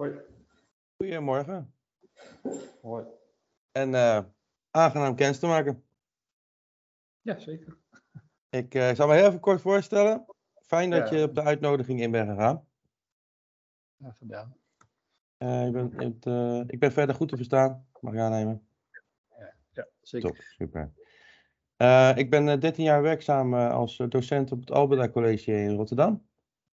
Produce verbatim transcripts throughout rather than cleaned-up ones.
Hoi. Goedemorgen. Hoi. En uh, aangenaam kennis te maken. Ja, zeker. Ik uh, zal me heel even kort voorstellen. Fijn dat Ja. je op de uitnodiging in bent gegaan. Ja, gedaan. Uh, ik, ben, het, uh, ik ben verder goed te verstaan. Mag ik aannemen? Ja, ja zeker. Top, super. Uh, ik ben uh, dertien jaar werkzaam uh, als docent op het Albeda College in Rotterdam.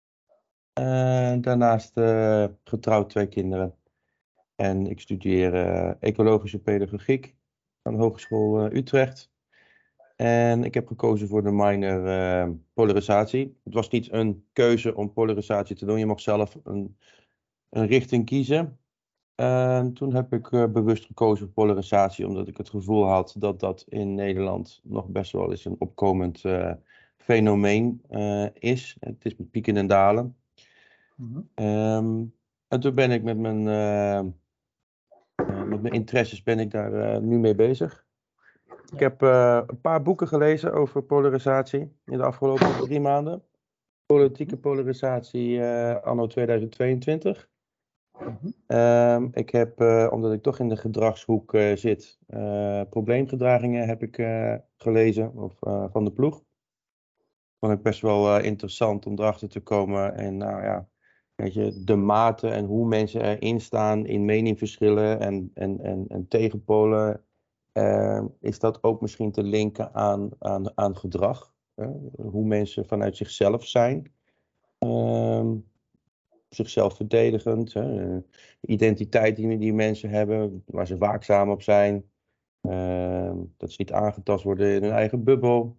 Uh, daarnaast uh, getrouwd, twee kinderen. En ik studeer uh, ecologische pedagogiek aan de Hogeschool uh, Utrecht. En ik heb gekozen voor de minor uh, polarisatie. Het was niet een keuze om polarisatie te doen. Je mag zelf een, een richting kiezen. En toen heb ik uh, bewust gekozen voor polarisatie, omdat ik het gevoel had dat dat in Nederland nog best wel eens een opkomend uh, fenomeen uh, is. Het is met pieken en dalen. Mm-hmm. Um, en toen ben ik met mijn, uh, uh, met mijn interesses ben ik daar uh, nu mee bezig. Ik heb uh, een paar boeken gelezen over polarisatie in de afgelopen drie maanden. Politieke polarisatie uh, anno tweeduizend tweeëntwintig. Mm-hmm. Um, ik heb, uh, omdat ik toch in de gedragshoek uh, zit, uh, probleemgedragingen heb ik uh, gelezen of, uh, van de ploeg. Vond ik best wel uh, interessant om erachter te komen en nou ja, weet je, de mate en hoe mensen erin staan in meningsverschillen en, en, en, en tegenpolen. Uh, is dat ook misschien te linken aan, aan, aan gedrag? Uh, hoe mensen vanuit zichzelf zijn. Uh, zichzelf verdedigend. Uh, identiteit die, die mensen hebben, waar ze waakzaam op zijn. Uh, dat ze niet aangetast worden in hun eigen bubbel.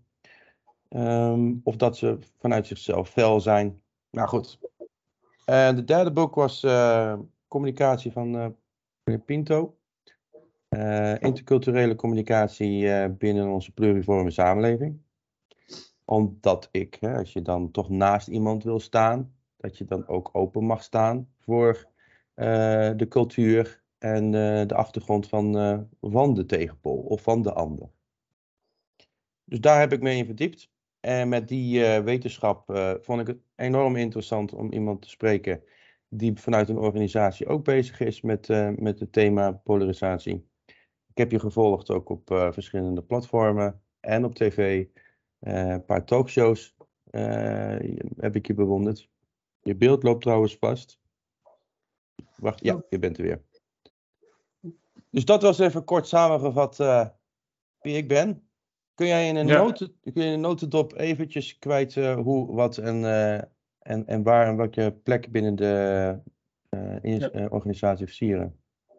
Um, of dat ze vanuit zichzelf fel zijn. Nou goed. Uh, de derde boek was uh, Communicatie van uh, meneer Pinto. Uh, interculturele communicatie uh, binnen onze pluriforme samenleving. Omdat ik, hè, als je dan toch naast iemand wil staan, dat je dan ook open mag staan voor uh, de cultuur en uh, de achtergrond van, uh, van de tegenpool of van de ander. Dus daar heb ik me in verdiept. En met die uh, wetenschap uh, vond ik het enorm interessant om iemand te spreken die vanuit een organisatie ook bezig is met, uh, met het thema polarisatie. Ik heb je gevolgd ook op uh, verschillende platformen en op tv. Uh, een paar talkshows uh, heb ik je bewonderd. Je beeld loopt trouwens vast. Wacht, ja, je bent er weer. Dus dat was even kort samengevat uh, wie ik ben. Kun jij in een, ja. noten, kun je in een notendop eventjes kwijt uh, hoe, wat en, uh, en, en waar en welke plek binnen de uh, in, ja. uh, organisatie versieren?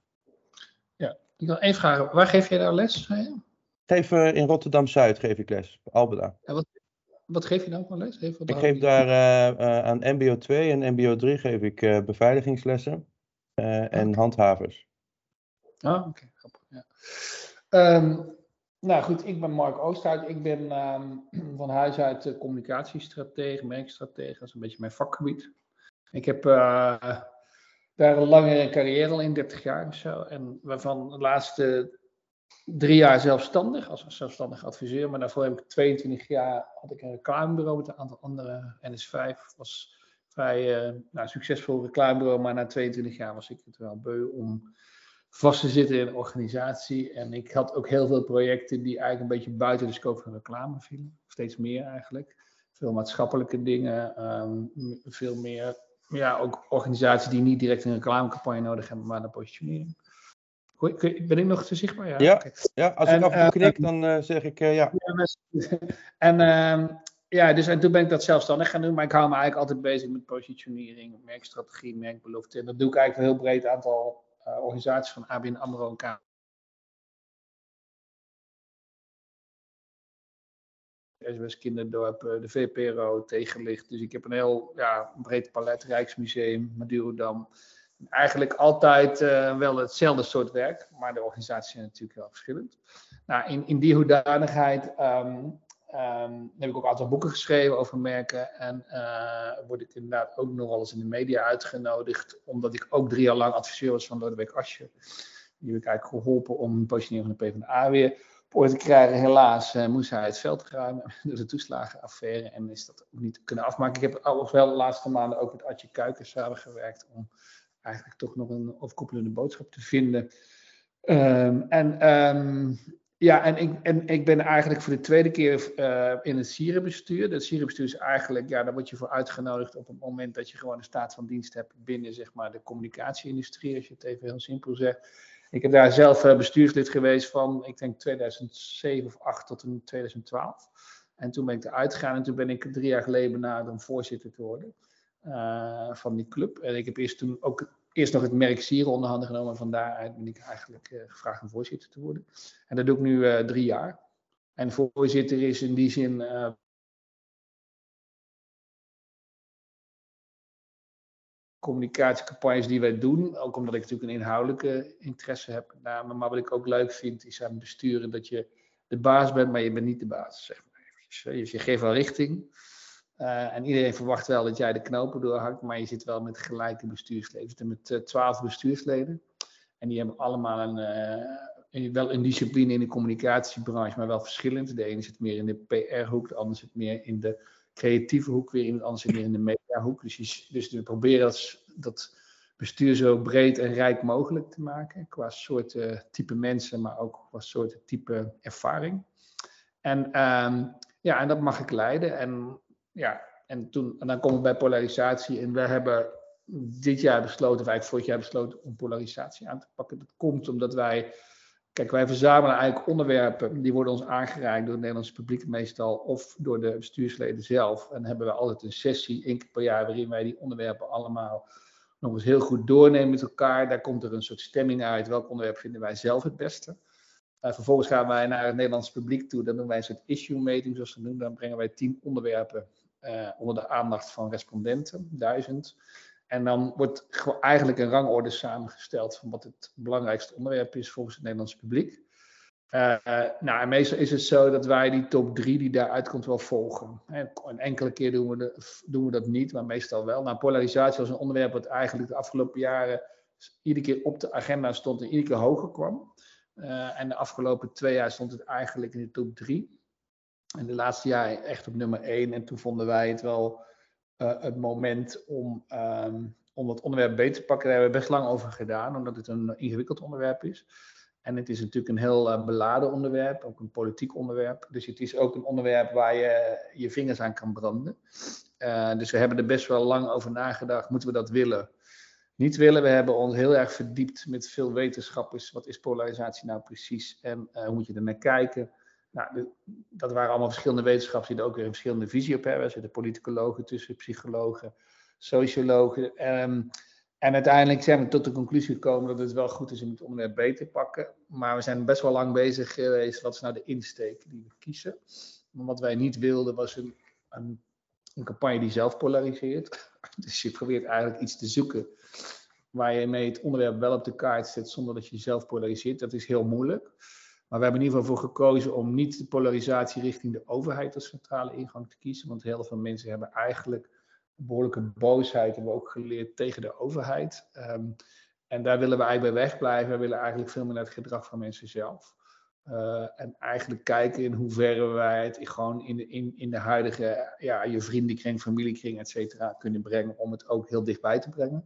Ja, ik wil even vragen, waar geef jij daar les? Geef, uh, in Rotterdam-Zuid geef ik les, Albeda. Ja, wat, wat geef je nou van les? Even ik geef daar uh, uh, aan M B O twee en M B O drie geef ik uh, beveiligingslessen uh, en okay. handhavers. Ah, oké, okay. grappig. Ja. Um, nou goed, ik ben Mark Oosthuis. Ik ben um, van huis uit uh, communicatiestratege, merkstratege. Dat is een beetje mijn vakgebied. Ik heb uh, daar een langere carrière al in, dertig jaar of zo. En waarvan de laatste drie jaar zelfstandig, als zelfstandig adviseur. Maar daarvoor heb ik tweeëntwintig jaar, had ik een reclamebureau met een aantal andere. N S vijf was vrij uh, nou, succesvol reclamebureau. Maar na tweeëntwintig jaar was ik het wel beu om vast te zitten in een organisatie. En ik had ook heel veel projecten die eigenlijk een beetje buiten de scope van reclame vielen. Steeds meer eigenlijk. Veel maatschappelijke dingen. Um, veel meer, ja, ook organisaties die niet direct een reclamecampagne nodig hebben, maar de positionering. Ben ik nog te zichtbaar? Ja, ja, okay. ja als en, ik af en toe knik, uh, dan uh, zeg ik uh, ja. En, uh, ja, dus, en toen ben ik dat zelfstandig gaan doen, maar ik hou me eigenlijk altijd bezig met positionering, merkstrategie, merkbelofte. En dat doe ik eigenlijk een heel breed aantal uh, organisaties van A B N AMRO en K. S O S Kinderdorp, de V P R O, Tegenlicht. Dus ik heb een heel ja, breed palet, Rijksmuseum, Madurodam. Eigenlijk altijd uh, wel hetzelfde soort werk, maar de organisaties zijn natuurlijk heel verschillend. Nou, in, in die hoedanigheid um, um, heb ik ook een aantal boeken geschreven over merken. En uh, word ik inderdaad ook nog wel eens in de media uitgenodigd, omdat ik ook drie jaar lang adviseur was van Lodewijk Asscher. Die heb ik eigenlijk geholpen om een positionering van de PvdA weer op orde te krijgen. Helaas uh, moest hij het veld ruimen door de toeslagenaffaire en is dat ook niet kunnen afmaken. Ik heb ook wel de laatste maanden ook met Adje Kuikers samengewerkt om eigenlijk toch nog een overkoepelende boodschap te vinden. Um, en um, ja, en ik, en ik ben eigenlijk voor de tweede keer uh, in het Sierenbestuur. Het Sierenbestuur is eigenlijk, ja, daar word je voor uitgenodigd op het moment dat je gewoon een staat van dienst hebt binnen, zeg maar, de communicatieindustrie, als je het even heel simpel zegt. Ik heb daar zelf uh, bestuurslid geweest van, ik denk tweeduizend zeven of acht tot en tweeduizend twaalf. En toen ben ik eruit gegaan en toen ben ik drie jaar geleden benaderd om voorzitter te worden uh, van die club. En ik heb eerst toen ook eerst nog het merk Sieren onder handen genomen. En van daaruit ben ik eigenlijk uh, gevraagd om voorzitter te worden. En dat doe ik nu uh, drie jaar. En voorzitter is in die zin uh, communicatiecampagnes die wij doen. Ook omdat ik natuurlijk een inhoudelijke interesse heb. Nou, maar wat ik ook leuk vind is aan besturen dat je de baas bent, maar je bent niet de baas. Zeg maar. Dus je geeft wel richting. Uh, en iedereen verwacht wel dat jij de knopen doorhakt, maar je zit wel met gelijke bestuursleden. Je zit met twaalf uh, bestuursleden. En die hebben allemaal een, uh, wel een discipline in de communicatiebranche, maar wel verschillend. De ene zit meer in de P R-hoek, de ander zit meer in de creatieve hoek, weer iemand anders zit meer in de mediahoek. Dus, je, dus we proberen dat, dat bestuur zo breed en rijk mogelijk te maken, qua soort uh, type mensen, maar ook qua soort type ervaring. En, um, ja, en dat mag ik leiden. En ja, en, toen, en dan komen we bij polarisatie. En we hebben dit jaar besloten, of eigenlijk vorig jaar besloten, om polarisatie aan te pakken. Dat komt omdat wij, kijk, wij verzamelen eigenlijk onderwerpen, die worden ons aangereikt door het Nederlandse publiek meestal, of door de bestuursleden zelf. En dan hebben we altijd een sessie, één keer per jaar, waarin wij die onderwerpen allemaal nog eens heel goed doornemen met elkaar. Daar komt er een soort stemming uit, welk onderwerp vinden wij zelf het beste. Uh, vervolgens gaan wij naar het Nederlandse publiek toe. Dan doen wij een soort issue meeting, zoals we doen. Dan brengen wij tien onderwerpen uh, onder de aandacht van respondenten, duizend. En dan wordt eigenlijk een rangorde samengesteld van wat het belangrijkste onderwerp is volgens het Nederlandse publiek. Uh, uh, nou, en meestal is het zo dat wij die top drie die daaruit komt wel volgen. En enkele keer doen we, de, doen we dat niet, maar meestal wel. Nou, polarisatie was een onderwerp wat eigenlijk de afgelopen jaren iedere keer op de agenda stond en iedere keer hoger kwam. Uh, en de afgelopen twee jaar stond het eigenlijk in de top drie. En de laatste jaar echt op nummer één. En toen vonden wij het wel uh, het moment om, um, om dat onderwerp beter te pakken. Daar hebben we best lang over gedaan, omdat het een ingewikkeld onderwerp is. En het is natuurlijk een heel uh, beladen onderwerp, ook een politiek onderwerp. Dus het is ook een onderwerp waar je je vingers aan kan branden. Uh, dus we hebben er best wel lang over nagedacht, moeten we dat willen? Niet willen. We hebben ons heel erg verdiept met veel wetenschappers. Wat is polarisatie nou precies en uh, hoe moet je er naar kijken? Nou, de, dat waren allemaal verschillende wetenschappers die er ook weer een verschillende visie op hebben. Er zitten politicologen tussen, psychologen, sociologen. Um, en uiteindelijk zijn we tot de conclusie gekomen dat het wel goed is om het onderwerp beter te pakken. Maar we zijn best wel lang bezig geweest. Wat is nou de insteek die we kiezen? Maar wat wij niet wilden was een, een, een campagne die zelf polariseert. Dus je probeert eigenlijk iets te zoeken waar je mee het onderwerp wel op de kaart zet zonder dat je jezelf polariseert. Dat is heel moeilijk. Maar we hebben in ieder geval voor gekozen om niet de polarisatie richting de overheid als centrale ingang te kiezen. Want heel veel mensen hebben eigenlijk een behoorlijke boosheid, hebben we ook geleerd, tegen de overheid. Um, en daar willen we eigenlijk bij wegblijven. We willen eigenlijk veel meer naar het gedrag van mensen zelf. Uh, en eigenlijk kijken in hoeverre wij het gewoon in de, in, in de huidige, ja, je vriendenkring, familiekring, et cetera, kunnen brengen om het ook heel dichtbij te brengen.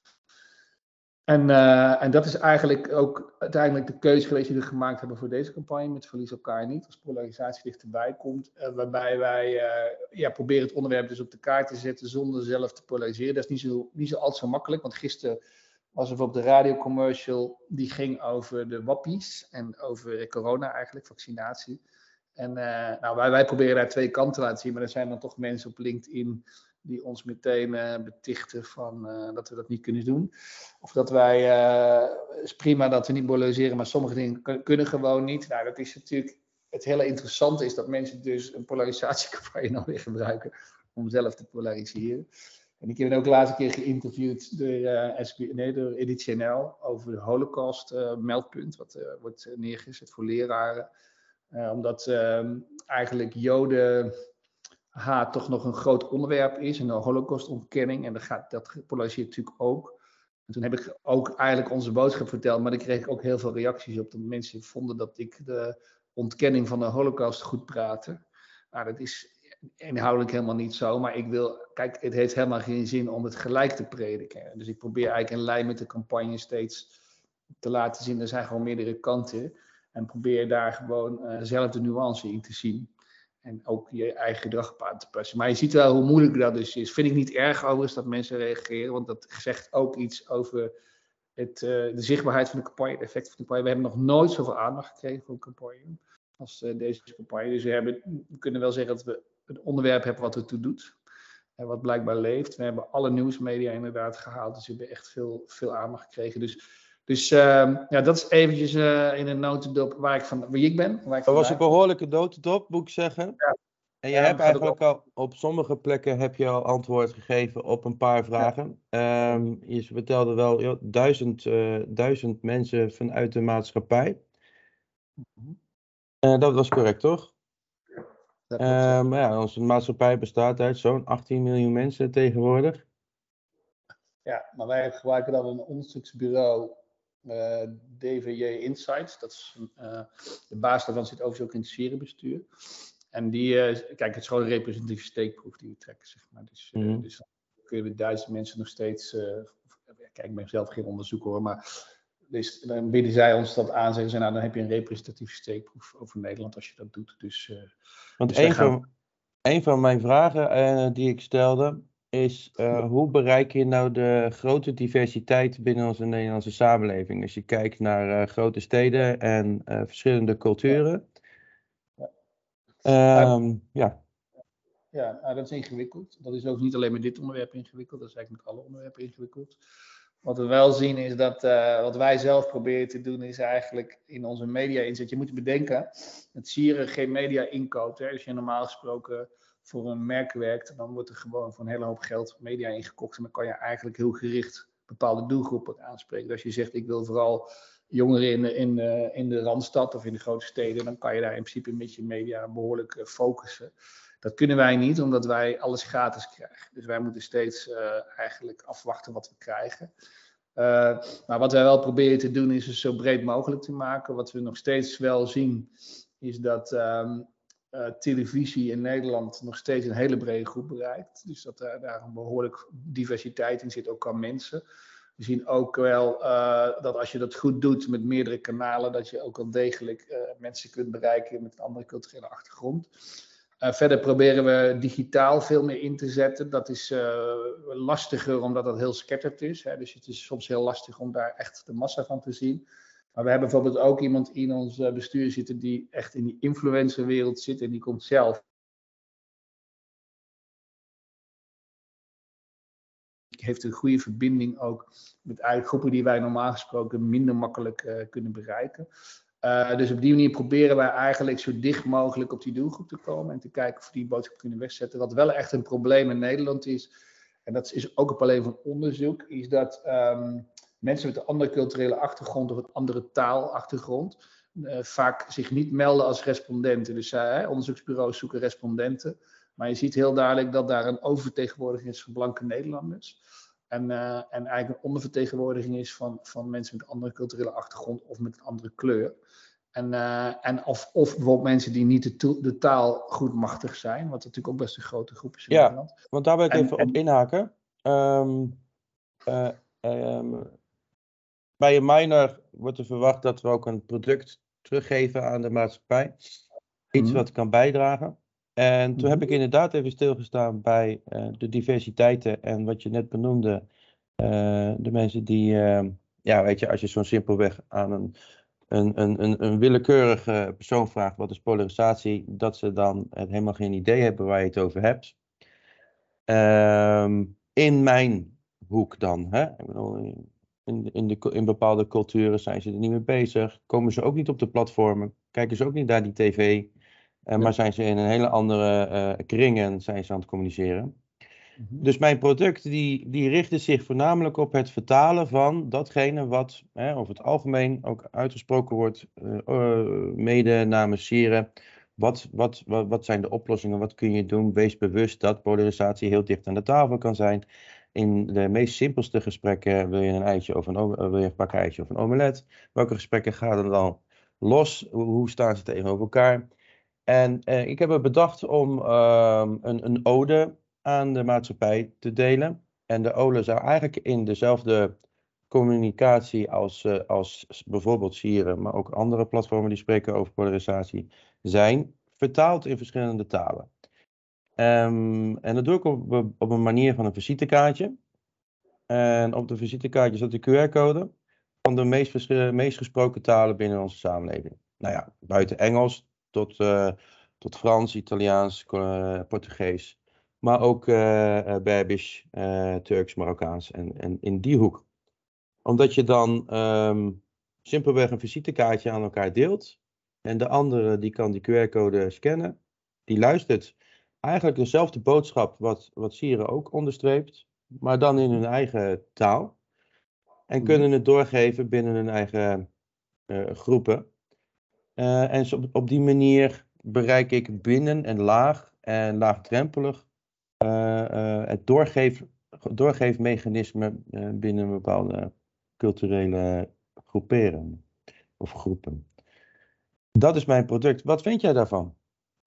En, uh, en dat is eigenlijk ook uiteindelijk de keuze geweest die we gemaakt hebben voor deze campagne, met Verlies elkaar niet, als polarisatie dichterbij komt. Uh, waarbij wij uh, ja, proberen het onderwerp dus op de kaart te zetten zonder zelf te polariseren. Dat is niet zo, niet zo altijd zo makkelijk, want gisteren was er bijvoorbeeld de radiocommercial, die ging over de wappies en over corona eigenlijk, vaccinatie. En uh, nou, wij, wij proberen daar twee kanten te laten zien, maar er zijn dan toch mensen op LinkedIn die ons meteen uh, betichten van uh, dat we dat niet kunnen doen. Of dat wij, uh, het is prima dat we niet polariseren, maar sommige dingen kun, kunnen gewoon niet. Nou, dat is natuurlijk, het hele interessante is dat mensen dus een polarisatiecampagne nou weer gebruiken om zelf te polariseren. En ik heb ook de laatste keer geïnterviewd door, uh, S B, nee, door Editie N L over de Holocaust uh, meldpunt, wat uh, wordt neergezet voor leraren. Uh, omdat uh, eigenlijk Joden haat toch nog een groot onderwerp is en de Holocaustontkenning. En dat, gaat, dat polariseert natuurlijk ook. En toen heb ik ook eigenlijk onze boodschap verteld, maar daar kreeg ik ook heel veel reacties op. Dat mensen vonden dat ik de ontkenning van de Holocaust goed praatte. Nou, dat is, inhoudelijk helemaal niet zo, maar ik wil, kijk, het heeft helemaal geen zin om het gelijk te prediken. Dus ik probeer eigenlijk een lijn met de campagne steeds te laten zien. Er zijn gewoon meerdere kanten en probeer daar gewoon uh, dezelfde nuance in te zien. En ook je eigen gedrag op aan te passen. Maar je ziet wel hoe moeilijk dat dus is. Vind ik niet erg overigens dat mensen reageren, want dat zegt ook iets over het, uh, de zichtbaarheid van de campagne, het effect van de campagne. We hebben nog nooit zoveel aandacht gekregen voor een campagne als uh, deze campagne. Dus we, hebben, we kunnen wel zeggen dat we het onderwerp hebben wat ertoe doet. En wat blijkbaar leeft. We hebben alle nieuwsmedia inderdaad gehaald. Dus we hebben echt veel, veel aandacht gekregen. Dus, dus uh, ja, dat is eventjes uh, in een notendop waar ik van, wie ik ben. Waar ik dat was een ben. behoorlijke notendop, moet ik zeggen. Ja. En je ja, hebt eigenlijk al, op sommige plekken heb je al antwoord gegeven op een paar vragen. Ja. Um, je vertelde wel joh, duizend, uh, duizend mensen vanuit de maatschappij. Mm-hmm. Uh, dat was correct, toch? Uh, maar ja, onze maatschappij bestaat uit zo'n achttien miljoen mensen tegenwoordig. Ja, maar wij gebruiken dan een onderzoeksbureau, uh, D V J Insights. Dat is, uh, de baas daarvan zit overigens ook in het Sierenbestuur. En die, uh, kijk, het is gewoon een representatieve steekproef die we trekken, zeg maar. Dus, uh, mm. dus dan kunnen we duizend mensen nog steeds, uh, kijk, ik ben zelf geen onderzoeker hoor, maar dus dan bieden zij ons dat aan, zeggen ze, nou dan heb je een representatieve steekproef over Nederland als je dat doet. Dus, uh, Want dus een, gaan... van, een van mijn vragen uh, die ik stelde is, uh, hoe bereik je nou de grote diversiteit binnen onze Nederlandse samenleving? Als je kijkt naar uh, grote steden en uh, verschillende culturen. Ja. Um, ja. Ja, nou, dat is ingewikkeld. Dat is ook niet alleen met dit onderwerp ingewikkeld, dat is eigenlijk met alle onderwerpen ingewikkeld. Wat we wel zien is dat, uh, wat wij zelf proberen te doen, is eigenlijk in onze media inzet. Je moet bedenken, dat Sieren geen media inkoopt. Hè. Als je normaal gesproken voor een merk werkt, dan wordt er gewoon voor een hele hoop geld media ingekocht. En dan kan je eigenlijk heel gericht bepaalde doelgroepen aanspreken. Dus als je zegt, ik wil vooral jongeren in de, in, de, in de Randstad of in de grote steden, dan kan je daar in principe met je media behoorlijk uh, focussen. Dat kunnen wij niet, omdat wij alles gratis krijgen. Dus wij moeten steeds uh, eigenlijk afwachten wat we krijgen. Uh, maar wat wij wel proberen te doen, is het zo breed mogelijk te maken. Wat we nog steeds wel zien, is dat um, uh, televisie in Nederland nog steeds een hele brede groep bereikt. Dus dat uh, daar een behoorlijk diversiteit in zit, ook qua mensen. We zien ook wel uh, dat als je dat goed doet met meerdere kanalen, dat je ook wel degelijk uh, mensen kunt bereiken met een andere culturele achtergrond. Uh, verder proberen we digitaal veel meer in te zetten. Dat is uh, lastiger omdat dat heel scattered is. Hè? Dus het is soms heel lastig om daar echt de massa van te zien. Maar we hebben bijvoorbeeld ook iemand in ons bestuur zitten die echt in die influencerwereld zit. En die komt zelf. Heeft een goede verbinding ook met eigenlijk groepen die wij normaal gesproken minder makkelijk uh, kunnen bereiken. Uh, dus op die manier proberen wij eigenlijk zo dicht mogelijk op die doelgroep te komen en te kijken of we die boodschap kunnen wegzetten. Wat wel echt een probleem in Nederland is, en dat is ook op alleen van onderzoek, is dat um, mensen met een andere culturele achtergrond of een andere taalachtergrond uh, vaak zich niet melden als respondenten. Dus uh, onderzoeksbureaus zoeken respondenten, maar je ziet heel duidelijk dat daar een oververtegenwoordiging is van blanke Nederlanders. En, uh, en eigenlijk een ondervertegenwoordiging is van, van mensen met een andere culturele achtergrond of met een andere kleur. En, uh, en of, of bijvoorbeeld mensen die niet de, to- de taal goed machtig zijn, wat natuurlijk ook best een grote groep is in ja, Nederland. Want daar wil ik en, even en, op inhaken. Um, uh, um, bij een minor wordt er verwacht dat we ook een product teruggeven aan de maatschappij. Iets mm-hmm. wat kan bijdragen. En toen mm-hmm. heb ik inderdaad even stilgestaan bij uh, de diversiteiten en wat je net benoemde. Uh, de mensen die, uh, ja weet je, als je zo'n simpelweg aan een, een, een, een, een willekeurige persoon vraagt wat is polarisatie, dat ze dan helemaal geen idee hebben waar je het over hebt. Um, in mijn hoek dan, hè? Ik bedoel, in, in, de, in bepaalde culturen zijn ze er niet mee bezig, komen ze ook niet op de platformen, kijken ze ook niet naar die tv. Uh, maar zijn ze in een hele andere uh, kring en zijn ze aan het communiceren. Mm-hmm. Dus mijn product die, die richtte zich voornamelijk op het vertalen van datgene wat hè, over het algemeen ook uitgesproken wordt, uh, uh, mede namens Sieren. Wat, wat, wat, wat zijn de oplossingen, wat kun je doen? Wees bewust dat polarisatie heel dicht aan de tafel kan zijn. In de meest simpelste gesprekken wil je een eitje of een, uh, wil je een pak eitje of een omelet. Welke gesprekken gaan er dan los? Hoe staan ze tegenover elkaar? En uh, ik heb er bedacht om uh, een, een ode aan de maatschappij te delen. En de ode zou eigenlijk in dezelfde communicatie als, uh, als bijvoorbeeld Sieren, maar ook andere platformen die spreken over polarisatie, zijn vertaald in verschillende talen. Um, en dat doe ik op, op een manier van een visitekaartje. En op de visitekaartje zat de Q R-code van de meest, meest gesproken talen binnen onze samenleving. Nou ja, buiten Engels tot, uh, tot Frans, Italiaans, uh, Portugees. Maar ook uh, uh, Berbisch, uh, Turks, Marokkaans en, en in die hoek. Omdat je dan um, simpelweg een visitekaartje aan elkaar deelt. En de andere die kan die Q R-code scannen. Die luistert eigenlijk dezelfde boodschap wat, wat Sieren ook onderstreept. Maar dan in hun eigen taal. En kunnen het doorgeven binnen hun eigen uh, groepen. Uh, en op, op die manier bereik ik binnen en laag en laagdrempelig uh, uh, het doorgeef, doorgeefmechanisme uh, binnen een bepaalde culturele groeperen of groepen. Dat is mijn product. Wat vind jij daarvan?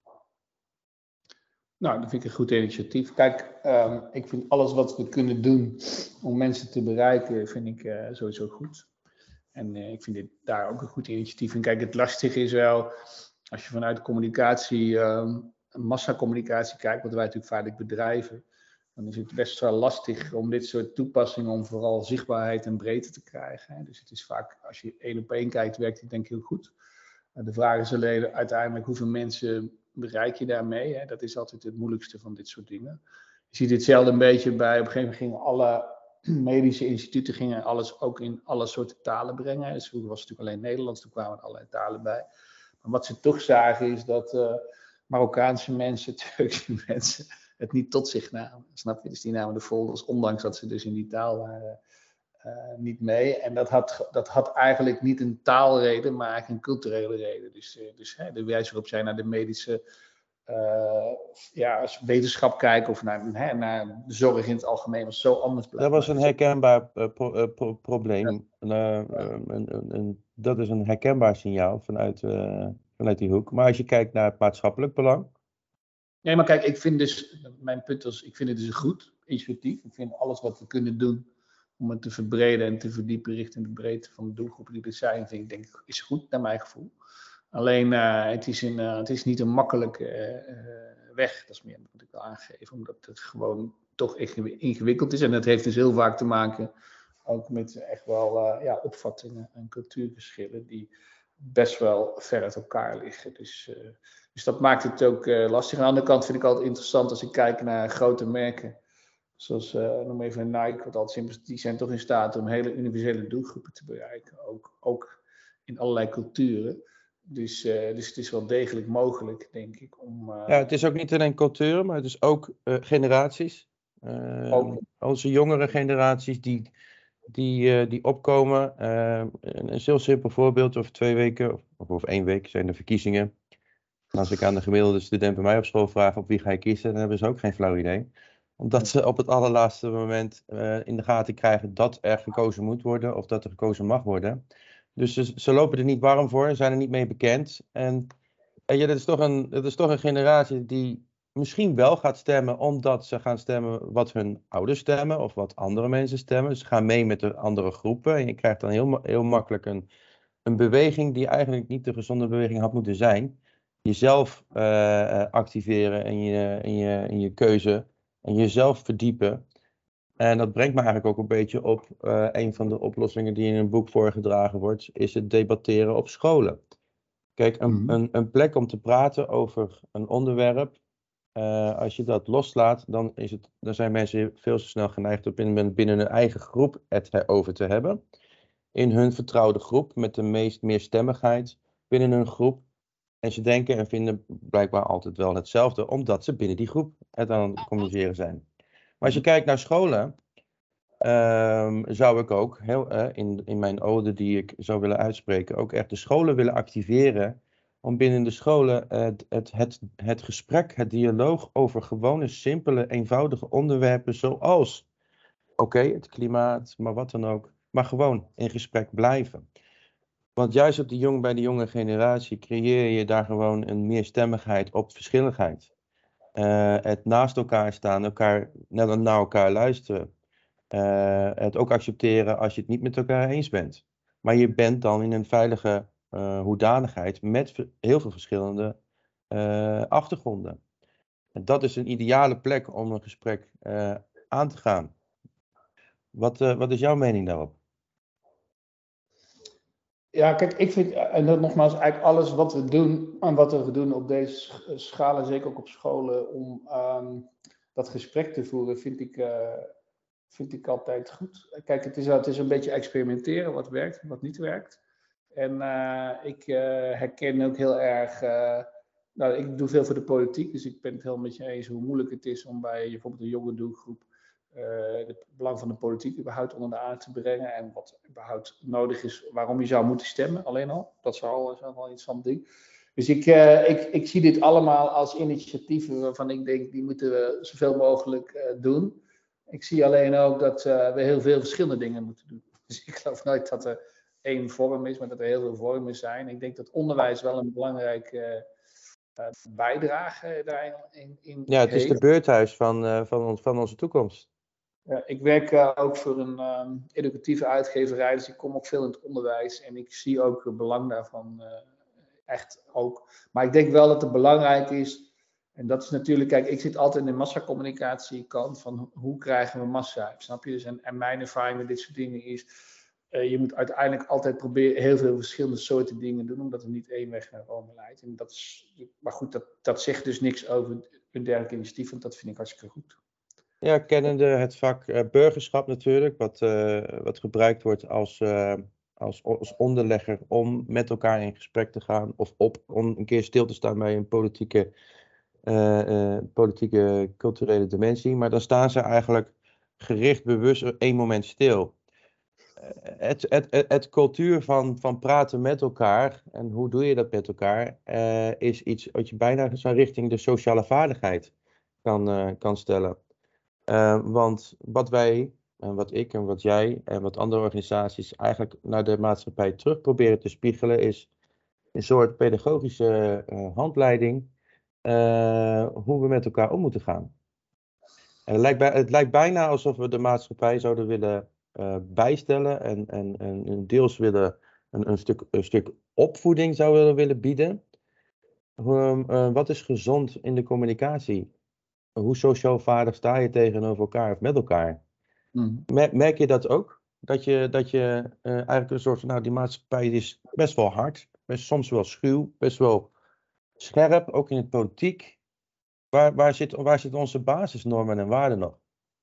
Nou, dat vind ik een goed initiatief. Kijk, um, ik vind alles wat we kunnen doen om mensen te bereiken, vind ik uh, sowieso goed. En uh, ik vind dit daar ook een goed initiatief. En kijk, het lastige is wel, als je vanuit communicatie, um, massacommunicatie kijkt, wat wij natuurlijk vaak bedrijven, dan is het best wel lastig om dit soort toepassingen, om vooral zichtbaarheid en breedte te krijgen. Hè. Dus het is vaak, als je één op één kijkt, werkt het denk ik heel goed. Uh, de vraag is alleen uiteindelijk hoeveel mensen bereik je daarmee. Hè? Dat is altijd het moeilijkste van dit soort dingen. Je ziet hetzelfde een beetje bij, op een gegeven moment gingen alle medische instituten gingen alles ook in alle soorten talen brengen. Dus vroeger was het natuurlijk alleen Nederlands, toen kwamen er allerlei talen bij. Maar wat ze toch zagen is dat uh, Marokkaanse mensen, Turkse mensen het niet tot zich namen. Snap je? Dus die namen de folders, ondanks dat ze dus in die taal waren, uh, niet mee. En dat had, dat had eigenlijk niet een taalreden, maar eigenlijk een culturele reden. Dus, uh, dus hè, de wijze waarop zij naar de medische uh, ja, wetenschap kijken of naar, hè, naar de zorg in het algemeen was zo anders. Dat was een herkenbaar uh, pro, uh, pro, probleem. Ja. Uh, uh, een, een, een, dat is een herkenbaar signaal vanuit, uh, vanuit die hoek. Maar als je kijkt naar het maatschappelijk belang. Nee, maar kijk, ik vind dus, mijn punt was, ik vind het dus een goed initiatief. Ik vind alles wat we kunnen doen om het te verbreden en te verdiepen richting de breedte van de doelgroepen die er zijn, vind ik denk ik, is goed, naar mijn gevoel. Alleen, uh, het, is een, uh, het is niet een makkelijke uh, weg, dat is meer, moet ik wel aangeven, omdat het gewoon toch ingewikkeld is. En dat heeft dus heel vaak te maken ook met echt wel uh, ja, opvattingen en cultuurverschillen die best wel ver uit elkaar liggen. Dus, uh, dus dat maakt het ook uh, lastig. Aan de andere kant vind ik altijd interessant als ik kijk naar grote merken, zoals, uh, noem even Nike, wat altijd simpel, die zijn toch in staat om hele universele doelgroepen te bereiken, ook, ook in allerlei culturen. Dus, uh, dus het is wel degelijk mogelijk, denk ik. Om, uh... Ja, het is ook niet alleen culturen, maar het is ook uh, generaties. Uh, ook. Onze jongere generaties die, die, uh, die opkomen. Uh, een heel simpel voorbeeld, over twee weken, of, of over één week zijn de verkiezingen. En als ik aan de gemiddelde student bij mij op school vraag op wie ga je kiezen, dan hebben ze ook geen flauw idee. Omdat ze op het allerlaatste moment uh, in de gaten krijgen dat er gekozen moet worden of dat er gekozen mag worden. Dus ze, ze lopen er niet warm voor, zijn er niet mee bekend. En, en ja, dat is toch een, dat is toch een generatie die misschien wel gaat stemmen omdat ze gaan stemmen wat hun ouders stemmen of wat andere mensen stemmen. Ze gaan mee met de andere groepen en je krijgt dan heel, heel makkelijk een, een beweging die eigenlijk niet de gezonde beweging had moeten zijn. Jezelf uh, activeren in je, in, je, in je keuze en jezelf verdiepen. En dat brengt me eigenlijk ook een beetje op uh, een van de oplossingen die in een boek voorgedragen wordt, is het debatteren op scholen. Kijk, een, mm-hmm. een, een plek om te praten over een onderwerp, uh, als je dat loslaat, dan, is het, dan zijn mensen veel te snel geneigd om binnen, binnen hun eigen groep het over te hebben. In hun vertrouwde groep, met de meest meerstemmigheid binnen hun groep. En ze denken en vinden blijkbaar altijd wel hetzelfde, omdat ze binnen die groep het aan het communiceren zijn. Maar als je kijkt naar scholen, um, zou ik ook heel, uh, in, in mijn ode die ik zou willen uitspreken, ook echt de scholen willen activeren. Om binnen de scholen uh, het, het, het gesprek, het dialoog over gewone, simpele, eenvoudige onderwerpen zoals, oké, okay, het klimaat, maar wat dan ook, maar gewoon in gesprek blijven. Want juist op die jong, bij de jonge generatie creëer je daar gewoon een meerstemmigheid op verschilligheid. Uh, het naast elkaar staan, elkaar, naar, naar elkaar luisteren. Uh, het ook accepteren als je het niet met elkaar eens bent. Maar je bent dan in een veilige uh, hoedanigheid met heel veel verschillende uh, achtergronden. En dat is een ideale plek om een gesprek uh, aan te gaan. Wat, uh, wat is jouw mening daarop? Ja, kijk, ik vind, en dat nogmaals, eigenlijk alles wat we doen, en wat we doen op deze schalen, zeker ook op scholen, om um, dat gesprek te voeren, vind ik, uh, vind ik altijd goed. Kijk, het is, het is een beetje experimenteren, wat werkt en wat niet werkt. En uh, ik uh, herken ook heel erg, uh, nou, ik doe veel voor de politiek, dus ik ben het heel met je eens hoe moeilijk het is om bij bijvoorbeeld een jonge doelgroep Uh, het belang van de politiek überhaupt onder de aandacht te brengen en wat überhaupt nodig is, waarom je zou moeten stemmen, alleen al. Dat is al, is al wel iets van het ding. Dus ik, uh, ik, ik zie dit allemaal als initiatieven waarvan ik denk, die moeten we zoveel mogelijk uh, doen. Ik zie alleen ook dat uh, we heel veel verschillende dingen moeten doen. Dus ik geloof nooit dat er één vorm is, maar dat er heel veel vormen zijn. Ik denk dat onderwijs wel een belangrijke uh, uh, bijdrage daarin in Ja, het heeft. is de beurthuis van, uh, van, ons, van onze toekomst. Ja, ik werk uh, ook voor een um, educatieve uitgeverij, dus ik kom ook veel in het onderwijs en ik zie ook het belang daarvan uh, echt ook. Maar ik denk wel dat het belangrijk is, en dat is natuurlijk, kijk, ik zit altijd in de massacommunicatiekant van hoe krijgen we massa, snap je? Dus en, en mijn ervaring met dit soort dingen is, uh, je moet uiteindelijk altijd proberen heel veel verschillende soorten dingen doen, omdat er niet één weg naar Rome leidt. En dat is, maar goed, dat, dat zegt dus niks over een dergelijk initiatief, want dat vind ik hartstikke goed. Ja, kennende het vak uh, burgerschap natuurlijk, wat, uh, wat gebruikt wordt als, uh, als, als onderlegger om met elkaar in gesprek te gaan of op, om een keer stil te staan bij een politieke, uh, uh, politieke culturele dimensie. Maar dan staan ze eigenlijk gericht bewust één moment stil. Uh, het, het, het, het cultuur van, van praten met elkaar en hoe doe je dat met elkaar uh, is iets wat je bijna zo richting de sociale vaardigheid kan, uh, kan stellen. Uh, want wat wij, en wat ik en wat jij en wat andere organisaties eigenlijk naar de maatschappij terug proberen te spiegelen is een soort pedagogische uh, handleiding uh, hoe we met elkaar om moeten gaan. En het, lijkt bij, het lijkt bijna alsof we de maatschappij zouden willen uh, bijstellen en, en, en deels willen een, een, stuk, een stuk opvoeding zouden willen bieden. Um, uh, wat is gezond in de communicatie? Hoe sociaal vaardig sta je tegenover elkaar of met elkaar? Mm. Merk je dat ook? Dat je, dat je uh, eigenlijk een soort van, nou die maatschappij is best wel hard, best soms wel schuw, best wel scherp, ook in het politiek. Waar, waar, zit, waar zitten onze basisnormen en waarden nog?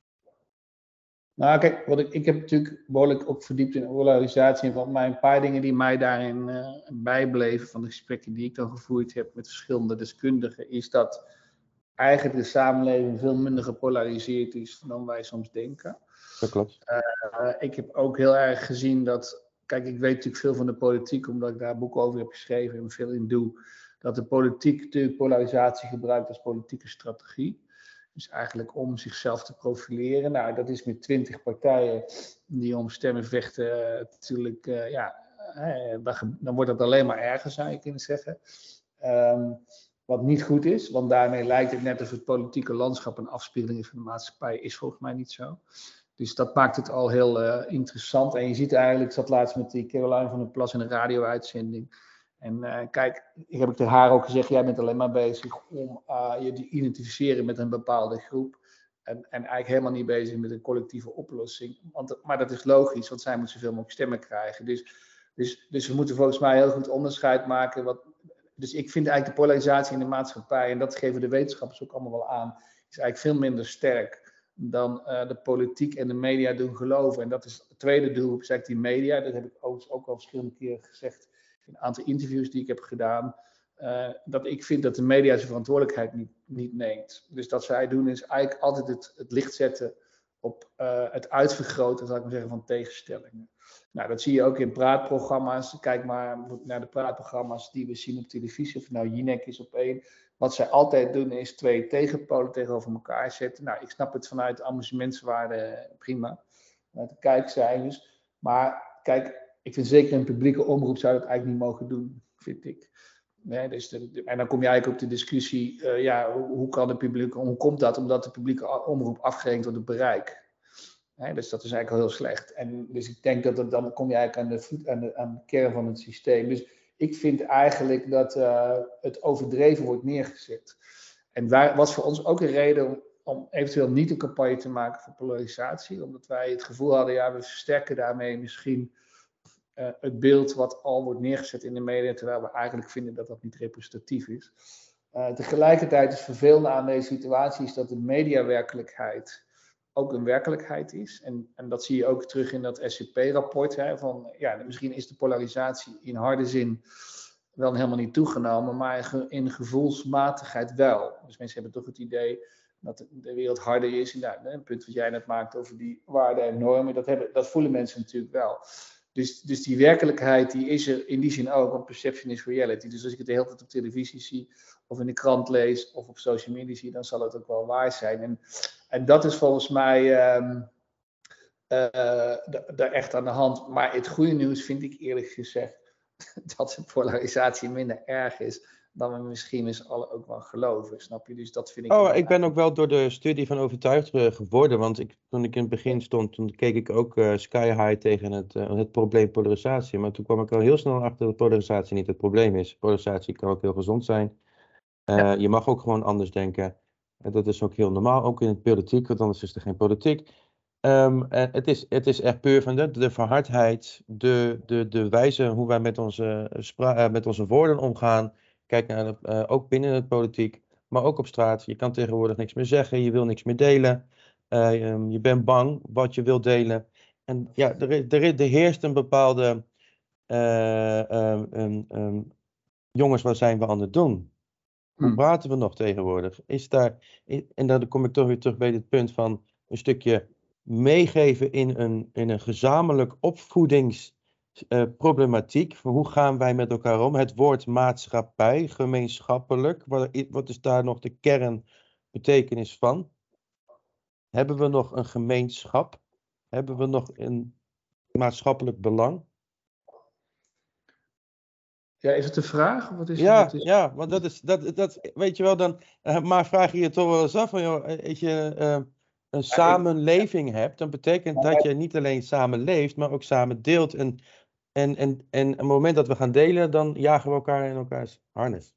Nou kijk, wat ik, ik heb natuurlijk behoorlijk ook verdiept in polarisatie en van mij een paar dingen die mij daarin uh, bijbleven van de gesprekken die ik dan gevoerd heb met verschillende deskundigen, is dat eigenlijk de samenleving veel minder gepolariseerd is dan wij soms denken. Dat klopt. Uh, ik heb ook heel erg gezien dat, kijk, ik weet natuurlijk veel van de politiek, omdat ik daar boeken over heb geschreven en veel in doe, dat de politiek natuurlijk polarisatie gebruikt als politieke strategie. Dus eigenlijk om zichzelf te profileren. Nou, dat is met twintig partijen die om stemmen vechten uh, natuurlijk, uh, ja, uh, dan, dan wordt het alleen maar erger, zou je kunnen zeggen. Um, Wat niet goed is, want daarmee lijkt het net of het politieke landschap een afspiegeling is van de maatschappij, is volgens mij niet zo. Dus dat maakt het al heel uh, interessant. En je ziet eigenlijk, ik zat laatst met die Caroline van der Plas in een radio-uitzending. En uh, kijk, ik heb ik tegen haar ook gezegd, jij bent alleen maar bezig om uh, je te identificeren met een bepaalde groep. En, en eigenlijk helemaal niet bezig met een collectieve oplossing. Want, maar dat is logisch, want zij moet zoveel mogelijk stemmen krijgen. Dus, dus, dus we moeten volgens mij heel goed onderscheid maken. Wat, dus ik vind eigenlijk de polarisatie in de maatschappij, en dat geven de wetenschappers ook allemaal wel aan, is eigenlijk veel minder sterk dan uh, de politiek en de media doen geloven. En dat is het tweede doel, is eigenlijk die media. Dat heb ik ook, ook al verschillende keren gezegd in een aantal interviews die ik heb gedaan. Uh, dat ik vind dat de media zijn verantwoordelijkheid niet, niet neemt. Dus dat zij doen is eigenlijk altijd het, het licht zetten op uh, het uitvergroten, zal ik maar zeggen, van tegenstellingen. Nou, dat zie je ook in praatprogramma's. Kijk maar naar de praatprogramma's die we zien op televisie. Of nou Jinek is op één. Wat zij altijd doen is twee tegenpolen tegenover elkaar zetten. Nou, ik snap het vanuit amusementswaarde prima. Vanuit de kijkcijfers. Maar kijk, ik vind zeker een publieke omroep zou dat eigenlijk niet mogen doen, vind ik. Nee, dus de, en dan kom je eigenlijk op de discussie, uh, ja, hoe, hoe kan de publieke, hoe komt dat? Omdat de publieke omroep afgerekend wordt op bereik. Nee, dus dat is eigenlijk al heel slecht. En dus ik denk dat het, dan kom je eigenlijk aan de, aan, de, aan de kern van het systeem. Dus ik vind eigenlijk dat uh, het overdreven wordt neergezet. En waar, was voor ons ook een reden om, om eventueel niet een campagne te maken voor polarisatie. Omdat wij het gevoel hadden, ja, we versterken daarmee misschien uh, het beeld wat al wordt neergezet in de media. Terwijl we eigenlijk vinden dat dat niet representatief is. Uh, tegelijkertijd is vervelende aan deze situatie is dat de mediawerkelijkheid ook een werkelijkheid is. En, en dat zie je ook terug in dat S C P-rapport. Hè, van, ja, misschien is de polarisatie in harde zin wel helemaal niet toegenomen, maar in gevoelsmatigheid wel. Dus mensen hebben toch het idee dat de wereld harder is. En nou, een punt wat jij net maakt over die waarden en normen, dat, hebben, dat voelen mensen natuurlijk wel. Dus, dus die werkelijkheid die is er in die zin ook, want perception is reality. Dus als ik het de hele tijd op televisie zie, of in de krant lees, of op social media zie, dan zal het ook wel waar zijn. En, en dat is volgens mij um, uh, daar echt aan de hand. Maar het goede nieuws vind ik eerlijk gezegd dat de polarisatie minder erg is dan we misschien eens alle ook wel geloven, snap je? Dus dat vind ik... Oh, ik ben ook wel door de studie van overtuigd geworden, want ik, toen ik in het begin stond, toen keek ik ook uh, sky high tegen het, uh, het probleem polarisatie, maar toen kwam ik al heel snel achter dat polarisatie niet het probleem is. Polarisatie kan ook heel gezond zijn. Uh, ja. Je mag ook gewoon anders denken. En dat is ook heel normaal, ook in het politiek, want anders is er geen politiek. Um, het, is, het is echt puur van de, de verhardheid, de, de, de wijze hoe wij met onze, spra- uh, met onze woorden omgaan. Kijk naar de, uh, ook binnen het politiek, maar ook op straat. Je kan tegenwoordig niks meer zeggen, je wil niks meer delen. Uh, um, je bent bang wat je wilt delen. En ja, er, er, er heerst een bepaalde... Uh, um, um, um, jongens, wat zijn we aan het doen? Hoe praten we nog tegenwoordig? Is daar, en dan kom ik toch weer terug bij dit punt van een stukje meegeven in een, in een gezamenlijk opvoedingsproblematiek. Uh, hoe gaan wij met elkaar om? Het woord maatschappij, gemeenschappelijk. Wat, wat is daar nog de kernbetekenis van? Hebben we nog een gemeenschap? Hebben we nog een maatschappelijk belang? Ja, is het een vraag? Wat is, ja, wat is... ja, want dat is, dat, dat, weet je wel, dan, uh, maar vraag je je toch wel eens af van, joh, weet je, uh, een samenleving hebt, dan betekent dat je niet alleen samen leeft, maar ook samen deelt. En, en, en, en op het moment dat we gaan delen, dan jagen we elkaar in elkaars harnas.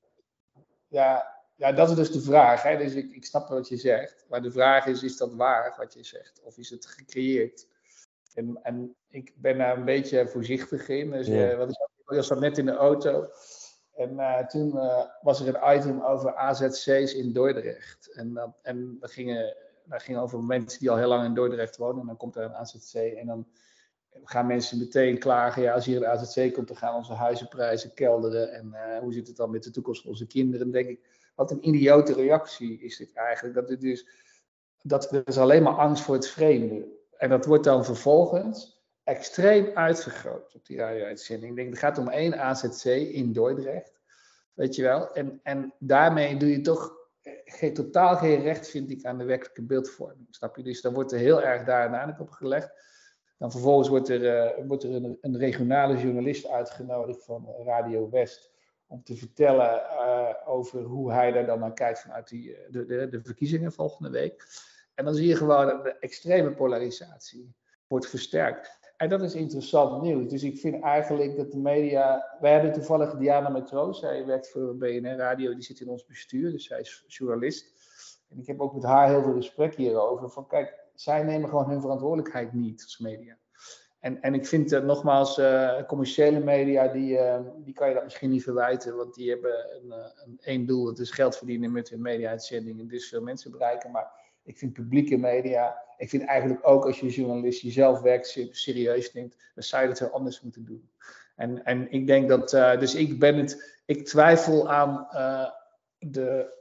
Ja, ja, dat is dus de vraag. Hè? Dus ik, ik snap wat je zegt, maar de vraag is, is dat waar wat je zegt? Of is het gecreëerd? En, en ik ben daar een beetje voorzichtig in. Dus yeah. uh, wat ik, ik zat net in de auto. En uh, toen uh, was er een item over A Z C's in Dordrecht. En dat, en dat, ging, dat ging over mensen die al heel lang in Dordrecht wonen. En dan komt er een A Z C en dan gaan mensen meteen klagen. Ja, als hier een A Z C komt, dan gaan onze huizenprijzen kelderen. En uh, hoe zit het dan met de toekomst van onze kinderen? Dan denk ik, wat een idiote reactie is dit eigenlijk. Dat het dus, dat er is alleen maar angst voor het vreemde. En dat wordt dan vervolgens extreem uitvergroot op die radio-uitzending. Ik denk, het gaat om één A Z C in Dordrecht. Weet je wel? En, en daarmee doe je toch geen, totaal geen recht, vind ik, aan de werkelijke beeldvorming. Snap je? Dus dan wordt er heel erg daar een nadruk op gelegd. Dan vervolgens wordt er, uh, wordt er een, een regionale journalist uitgenodigd van Radio West om te vertellen uh, over hoe hij daar dan naar kijkt vanuit die, de, de, de verkiezingen volgende week. En dan zie je gewoon dat de extreme polarisatie wordt versterkt. En dat is interessant nieuws. Dus ik vind eigenlijk dat de media... Wij hebben toevallig Diana Matroos. Zij werkt voor B N R Radio. Die zit in ons bestuur. Dus zij is journalist. En ik heb ook met haar heel veel gesprek hierover. Van kijk, zij nemen gewoon hun verantwoordelijkheid niet als media. En, en ik vind uh, nogmaals, uh, commerciële media, die, uh, die kan je dat misschien niet verwijten. Want die hebben een, uh, een één doel. Dat is geld verdienen met hun media-uitzendingen. En dus veel mensen bereiken. Maar ik vind publieke media... Ik vind eigenlijk ook als je journalist jezelf werk serieus neemt, dan zou je dat heel anders moeten doen. En, en ik denk dat, uh, dus ik ben het, ik twijfel aan uh, de,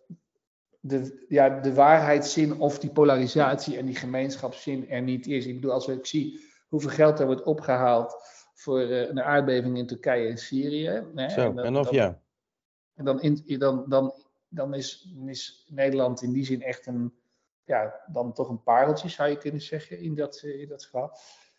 de, ja, de waarheidszin of die polarisatie en die gemeenschapszin er niet is. Ik bedoel, als ik zie hoeveel geld er wordt opgehaald voor uh, een aardbeving in Turkije en Syrië. Hè, Zo, en, dat, en of dan, ja. En dan, in, dan, dan, dan is, is Nederland in die zin echt een... Ja, dan toch een pareltje zou je kunnen zeggen in dat, in dat verhaal.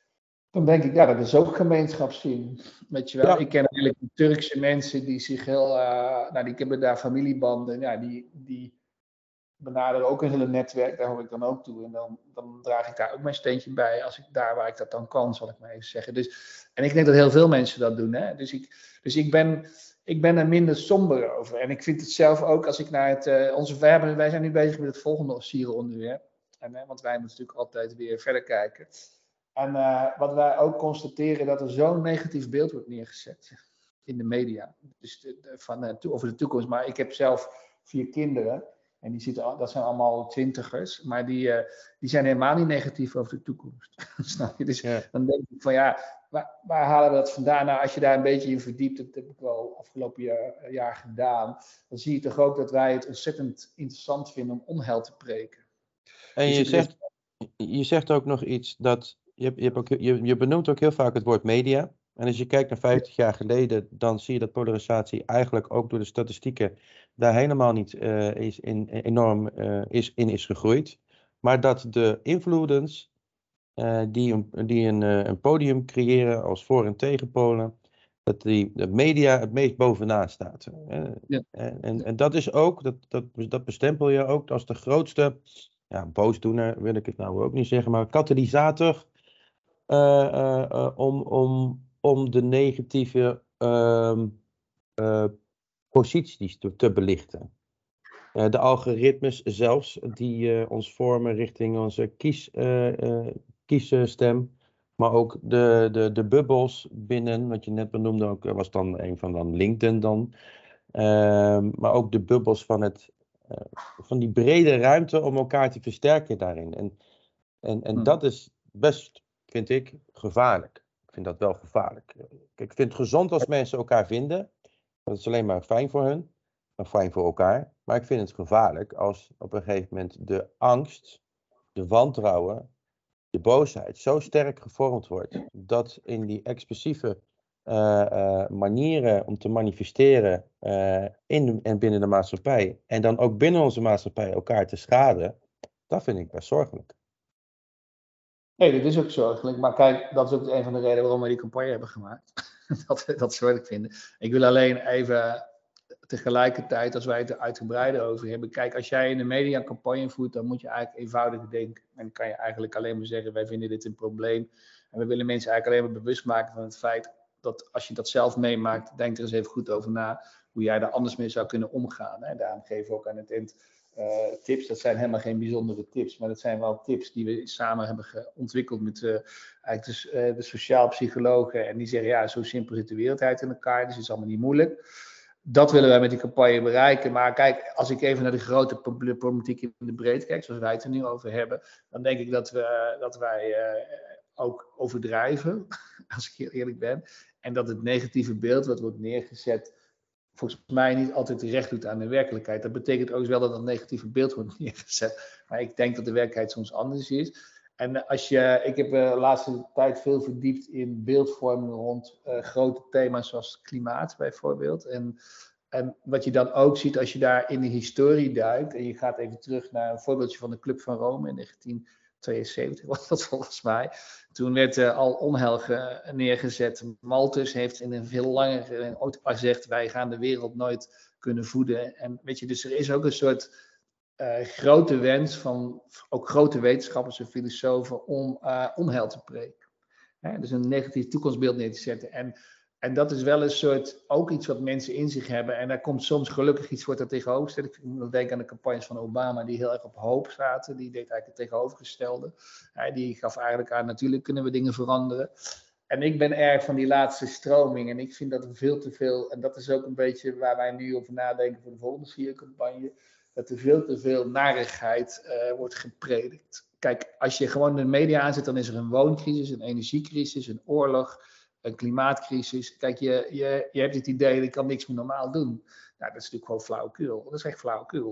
Dan denk ik, ja, dat is ook gemeenschapszin. Weet je wel, Ja, ik ken eigenlijk Turkse mensen die zich heel, uh, nou, die hebben daar familiebanden, ja, die, die benaderen ook een hele netwerk, daar hoor ik dan ook toe. En dan, dan draag ik daar ook mijn steentje bij, als ik daar waar ik dat dan kan, zal ik maar even zeggen. Dus, en ik denk dat heel veel mensen dat doen. Hè? Dus, ik, dus ik, ben, ik ben er minder somber over. En ik vind het zelf ook, als ik naar het, uh, onze, wij, hebben, wij zijn nu bezig met het volgende Sieren-onderwerp. En, uh, want wij moeten natuurlijk altijd weer verder kijken. En uh, wat wij ook constateren, dat er zo'n negatief beeld wordt neergezet in de media. Dus de, de, van, uh, over de toekomst. Maar ik heb zelf vier kinderen. En die zitten, dat zijn allemaal twintigers, maar die, uh, die zijn helemaal niet negatief over de toekomst. Snap je? Dus ja. Dan denk ik van ja, waar, waar halen we dat vandaan? Nou, als je daar een beetje in verdiept, dat heb ik wel afgelopen jaar, jaar gedaan, dan zie je toch ook dat wij het ontzettend interessant vinden om onheil te preken. En dus je, zegt, je zegt ook nog iets dat, je, je, hebt ook, je, je benoemt ook heel vaak het woord media. En als je kijkt naar vijftig jaar geleden, dan zie je dat polarisatie eigenlijk ook door de statistieken daar helemaal niet uh, is in, enorm uh, is, in is gegroeid. Maar dat de invloedens uh, die, een, die een, uh, een podium creëren als voor- en tegenpolen, dat die, de media het meest bovenaan staat. Uh, ja. en, en, en dat is ook, dat, dat, dat bestempel je ook als de grootste, ja, boosdoener wil ik het nou ook niet zeggen, maar katalysator uh, uh, uh, om, om om de negatieve uh, uh, posities te, te belichten. Uh, de algoritmes zelfs, die uh, ons vormen richting onze kies, uh, uh, kiesstem, maar ook de, de, de bubbels binnen, wat je net benoemde, ook, was dan een van dan LinkedIn dan, uh, maar ook de bubbels van, het, uh, van die brede ruimte om elkaar te versterken daarin. En, en, en hmm. dat is best, vind ik, gevaarlijk. Ik vind dat wel gevaarlijk. Kijk, ik vind het gezond als mensen elkaar vinden. Dat is alleen maar fijn voor hun. Maar fijn voor elkaar. Maar ik vind het gevaarlijk als op een gegeven moment de angst, de wantrouwen, de boosheid zo sterk gevormd wordt. Dat in die expressieve uh, uh, manieren om te manifesteren uh, in en binnen de maatschappij. En dan ook binnen onze maatschappij elkaar te schaden. Dat vind ik best zorgelijk. Nee, dat is ook zorgelijk. Maar kijk, dat is ook een van de redenen waarom we die campagne hebben gemaakt. dat we dat zorgelijk vinden. Ik wil alleen even tegelijkertijd, als wij het er uitgebreider over hebben. Kijk, als jij in de media een campagne voert, dan moet je eigenlijk eenvoudig denken. En dan kan je eigenlijk alleen maar zeggen, wij vinden dit een probleem. En we willen mensen eigenlijk alleen maar bewust maken van het feit dat als je dat zelf meemaakt, denk er eens even goed over na hoe jij daar anders mee zou kunnen omgaan. En daarom geven we ook aan het eind Uh, tips. Dat zijn helemaal geen bijzondere tips, maar dat zijn wel tips die we samen hebben ontwikkeld met uh, eigenlijk de, uh, de sociaal psychologen. En die zeggen, ja, zo simpel zit de wereld uit in elkaar, dus het is allemaal niet moeilijk. Dat willen wij met die campagne bereiken. Maar kijk, als ik even naar de grote problematiek in de breedte kijk, zoals wij het er nu over hebben, dan denk ik dat, we, dat wij uh, ook overdrijven, als ik heel eerlijk ben. En dat het negatieve beeld wat wordt neergezet volgens mij niet altijd recht doet aan de werkelijkheid. Dat betekent ook wel dat een negatieve beeld wordt neergezet. Maar ik denk dat de werkelijkheid soms anders is. En als je, ik heb de laatste tijd veel verdiept in beeldvorming rond uh, grote thema's zoals klimaat bijvoorbeeld. En, en wat je dan ook ziet als je daar in de historie duikt. En je gaat even terug naar een voorbeeldje van de Club van Rome in negentien tweeënzeventig was dat volgens mij. Toen werd uh, al onheil neergezet. Malthus heeft in een veel langere ooit gezegd, wij gaan de wereld nooit kunnen voeden. En weet je, dus er is ook een soort uh, grote wens van ook grote wetenschappers en filosofen om uh, onheil te preken. Hè? Dus een negatief toekomstbeeld neer te zetten. En, en dat is wel een soort, ook iets wat mensen in zich hebben. En daar komt soms gelukkig iets voor dat tegenover staat. Ik moet denken aan de campagnes van Obama, die heel erg op hoop zaten. Die deed eigenlijk het tegenovergestelde. Hij, die gaf eigenlijk aan, natuurlijk kunnen we dingen veranderen. En ik ben erg van die laatste stroming. En ik vind dat er veel te veel, en dat is ook een beetje waar wij nu over nadenken voor de volgende Sieren-campagne, dat er veel te veel narigheid uh, wordt gepredikt. Kijk, als je gewoon de media aanzet, dan is er een wooncrisis, een energiecrisis, een oorlog, een klimaatcrisis. Kijk, je, je, je hebt het idee dat ik kan niks meer normaal doen. Nou, dat is natuurlijk gewoon flauwekul. Dat is echt flauwekul.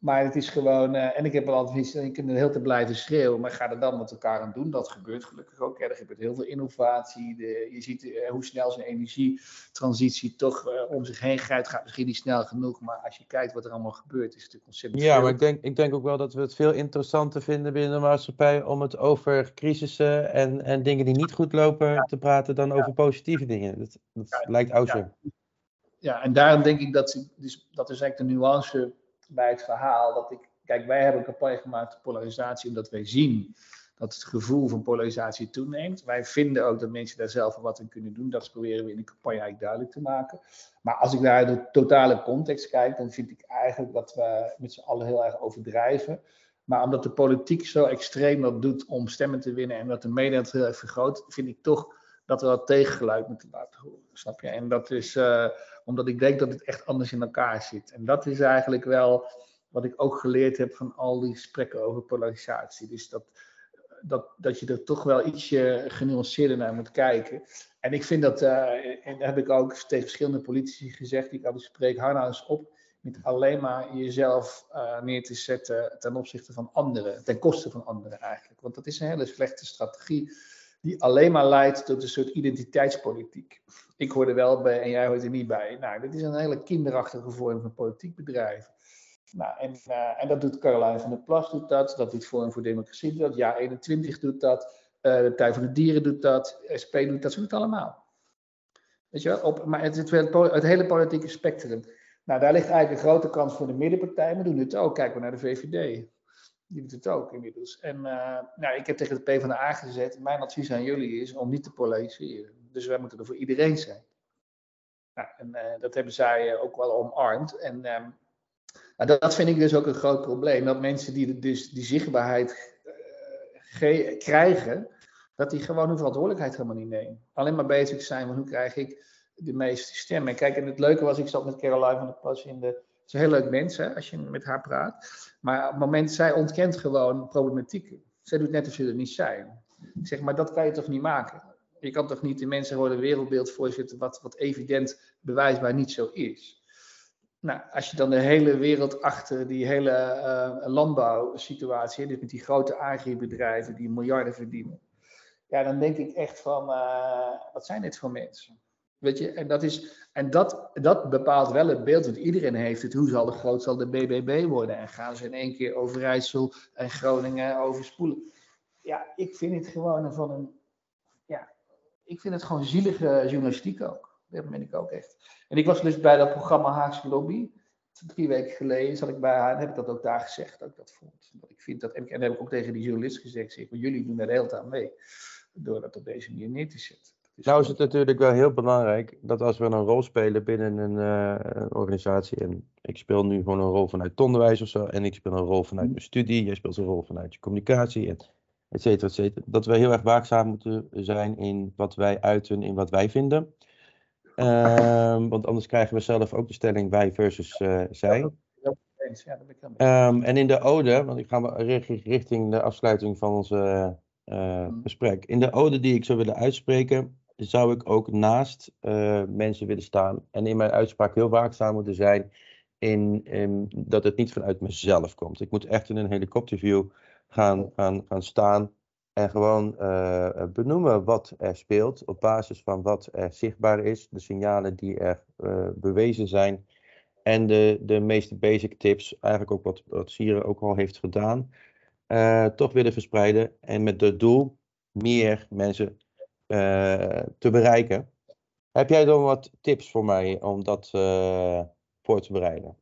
Maar het is gewoon, uh, en ik heb wel altijd, je kunt er heel te blijven schreeuwen, maar ga er dan met elkaar aan doen. Dat gebeurt gelukkig ook. Ja, er gebeurt heel veel innovatie. De, je ziet uh, hoe snel zo'n energietransitie toch uh, om zich heen grijpt. Gaat misschien niet snel genoeg, maar als je kijkt wat er allemaal gebeurt, is het natuurlijk ontzettend Ja, veel. maar ik denk, ik denk ook wel dat we het veel interessanter vinden binnen de maatschappij om het over crisissen en, en dingen die niet goed lopen Ja. te praten dan Ja. over positieve dingen. Dat, dat Ja. lijkt ouder. Ja. ja, en daarom denk ik dat, dus, dat is eigenlijk de nuance bij het verhaal. Dat ik, kijk, wij hebben een campagne gemaakt op polarisatie omdat wij zien dat het gevoel van polarisatie toeneemt. Wij vinden ook dat mensen daar zelf wat in kunnen doen. Dat proberen we in de campagne eigenlijk duidelijk te maken. Maar als ik naar de totale context kijk, dan vind ik eigenlijk dat we met z'n allen heel erg overdrijven. Maar omdat de politiek zo extreem dat doet om stemmen te winnen en dat de media het heel erg vergroot, vind ik toch dat we wat tegengeluid moeten laten horen. Snap je? En dat is uh, omdat ik denk dat het echt anders in elkaar zit. En dat is eigenlijk wel wat ik ook geleerd heb van al die gesprekken over polarisatie. Dus dat, dat, dat je er toch wel ietsje genuanceerder naar moet kijken. En ik vind dat, uh, en dat heb ik ook tegen verschillende politici gezegd, die ik altijd spreek, hou nou eens op met alleen maar jezelf uh, neer te zetten ten opzichte van anderen, ten koste van anderen eigenlijk. Want dat is een hele slechte strategie die alleen maar leidt tot een soort identiteitspolitiek. Ik hoor er wel bij en jij hoort er niet bij. Nou, dit is een hele kinderachtige vorm van politiek bedrijven. Nou, en, uh, en dat doet Caroline van der Plas doet dat, dat doet Forum voor Democratie doet dat, Ja eenentwintig doet dat, uh, de Partij voor de Dieren doet dat, S P doet dat, ze doen het allemaal. Weet je wel, op, maar het is het, het hele politieke spectrum. Nou, daar ligt eigenlijk een grote kans voor de middenpartij, maar doen het ook. Kijken we naar de V V D. Die doet het ook inmiddels. En uh, nou, ik heb tegen de PvdA gezet, mijn advies aan jullie is om niet te polariseren. Dus wij moeten er voor iedereen zijn. Nou, en uh, dat hebben zij uh, ook wel omarmd. En um, nou, dat, dat vind ik dus ook een groot probleem. Dat mensen die dus die zichtbaarheid uh, ge- krijgen, dat die gewoon hun verantwoordelijkheid helemaal niet nemen. Alleen maar bezig zijn van hoe krijg ik de meeste stemmen. Kijk, en het leuke was, ik zat met Caroline van der Plas in de... Het is een heel leuk mens, hè, als je met haar praat. Maar op het moment, zij ontkent gewoon problematieken. Zij doet net alsof ze er niet zijn. Ik zeg, maar dat kan je toch niet maken? Je kan toch niet de mensen gewoon een wereldbeeld voorzetten wat, wat evident bewijsbaar niet zo is. Nou, als je dan de hele wereld achter die hele uh, landbouwsituatie, dus met die grote agribedrijven die miljarden verdienen. Ja, dan denk ik echt van, uh, wat zijn dit voor mensen? Weet je, en, dat, is, en dat, dat bepaalt wel het beeld dat iedereen heeft. Het, hoe zal de groot zal de B B B worden? En gaan ze in één keer Overijssel en Groningen overspoelen? Ja, ik vind het gewoon van een, ja, ik vind het gewoon zielige journalistiek ook. Dat ben ik ook echt. En ik was dus bij dat programma Haagse Lobby. Drie weken geleden zat ik bij haar en heb ik dat ook daar gezegd, dat ik dat vond. Dat ik vind dat, en dat heb ik ook tegen die journalist gezegd, zeg, jullie doen daar de hele tijd mee. Door dat op deze manier neer te zetten. Is nou is het natuurlijk wel heel belangrijk dat als we een rol spelen binnen een, uh, een organisatie, en ik speel nu gewoon een rol vanuit het onderwijs of zo, en ik speel een rol vanuit mijn studie, jij speelt een rol vanuit je communicatie, en et cetera, et cetera, dat we heel erg waakzaam moeten zijn in wat wij uiten, in wat wij vinden. Um, want anders krijgen we zelf ook de stelling wij versus uh, zij. Ja, dat ben ik wel um, en in de ode, want ik ga richting de afsluiting van onze uh, gesprek. In de ode die ik zou willen uitspreken, zou ik ook naast uh, mensen willen staan. En in mijn uitspraak heel waakzaam moeten zijn in, in dat het niet vanuit mezelf komt. Ik moet echt in een helikopterview gaan, gaan, gaan staan. En gewoon uh, benoemen wat er speelt op basis van wat er zichtbaar is. De signalen die er uh, bewezen zijn. En de, de meeste basic tips, eigenlijk ook wat, wat Sire ook al heeft gedaan. Uh, toch willen verspreiden. En met het doel meer mensen uh, te bereiken. Heb jij dan wat tips voor mij om dat uh, voor te bereiden?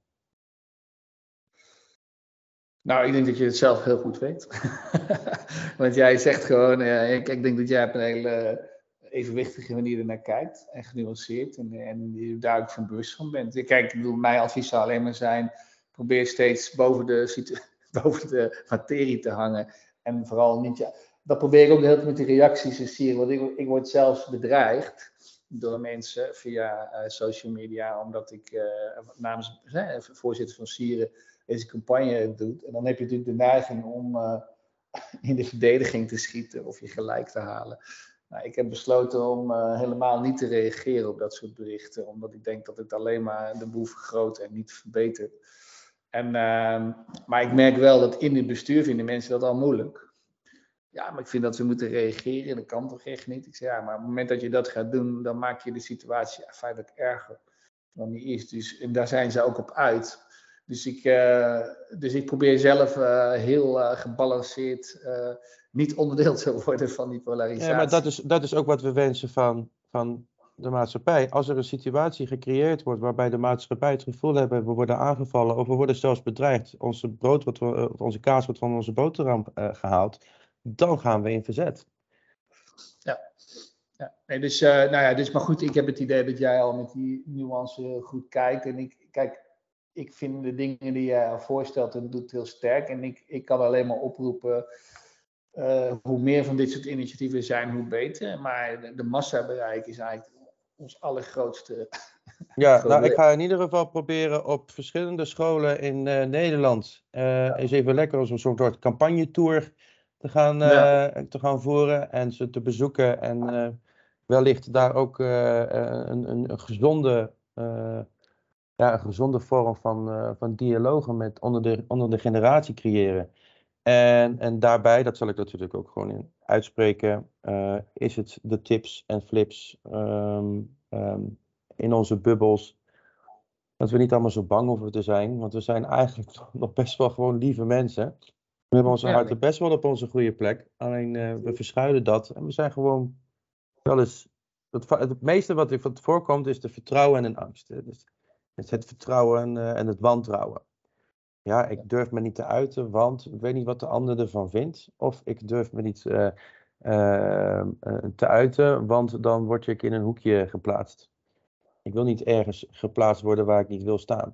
Nou, ik denk dat je het zelf heel goed weet. Want jij zegt gewoon, uh, ik, ik denk dat jij op een hele evenwichtige manier ernaar kijkt. En genuanceerd. En, en je daar ook van bewust van bent. Kijk, ik bedoel, mijn advies zou alleen maar zijn, probeer steeds boven de, boven de materie te hangen. En vooral niet, ja, dat probeer ik ook de hele tijd met die reacties te zien. Want ik, ik word zelfs bedreigd door mensen via uh, social media. Omdat ik uh, namens uh, voorzitter van Sieren deze campagne doet. En dan heb je natuurlijk de neiging om uh, in de verdediging te schieten of je gelijk te halen. Nou, ik heb besloten om uh, helemaal niet te reageren op dat soort berichten. Omdat ik denk dat het alleen maar de boel vergroot en niet verbetert. En, uh, maar ik merk wel dat in het bestuur vinden mensen dat al moeilijk. Ja, maar ik vind dat we moeten reageren. Dat kan toch echt niet? Ik zeg, ja, maar op het moment dat je dat gaat doen, dan maak je de situatie feitelijk erger dan die is. Dus, en daar zijn ze ook op uit. Dus ik, uh, dus ik probeer zelf uh, heel uh, gebalanceerd uh, niet onderdeel te worden van die polarisatie. Ja, maar dat is, dat is ook wat we wensen van, van de maatschappij. Als er een situatie gecreëerd wordt waarbij de maatschappij het gevoel hebben, we worden aangevallen of we worden zelfs bedreigd, onze brood wordt, uh, onze kaas wordt van onze boterham uh, gehaald, dan gaan we in verzet. Ja, ja. Nee, dus, uh, nou ja, dus maar goed, ik heb het idee dat jij al met die nuance goed kijkt. En ik, kijk, ik vind de dingen die jij al voorstelt, dat doet heel sterk. En ik, ik kan alleen maar oproepen, uh, hoe meer van dit soort initiatieven zijn, hoe beter. Maar de, de massabereik is eigenlijk ons allergrootste Ja, probleem. nou, ik ga in ieder geval proberen op verschillende scholen in uh, Nederland uh, ja. eens even lekker als een soort campagnetour te gaan, uh, ja. te gaan voeren en ze te bezoeken. En uh, wellicht daar ook uh, een, een, een gezonde... Uh, Ja, een gezonde vorm van, uh, van dialogen met onder de, onder de generatie creëren. En, en daarbij, dat zal ik natuurlijk ook gewoon in uitspreken, uh, is het de tips en flips um, um, in onze bubbels. Dat we niet allemaal zo bang hoeven te zijn, want we zijn eigenlijk nog best wel gewoon lieve mensen. We hebben onze harten best wel op onze goede plek, alleen uh, we verschuilen dat en we zijn gewoon wel eens... Het, het meeste wat er voorkomt is de vertrouwen en de angst. Hè. Dus, Het, het vertrouwen en, uh, en het wantrouwen. Ja, ik durf me niet te uiten, want ik weet niet wat de ander ervan vindt. Of ik durf me niet uh, uh, uh, te uiten, want dan word ik in een hoekje geplaatst. Ik wil niet ergens geplaatst worden waar ik niet wil staan.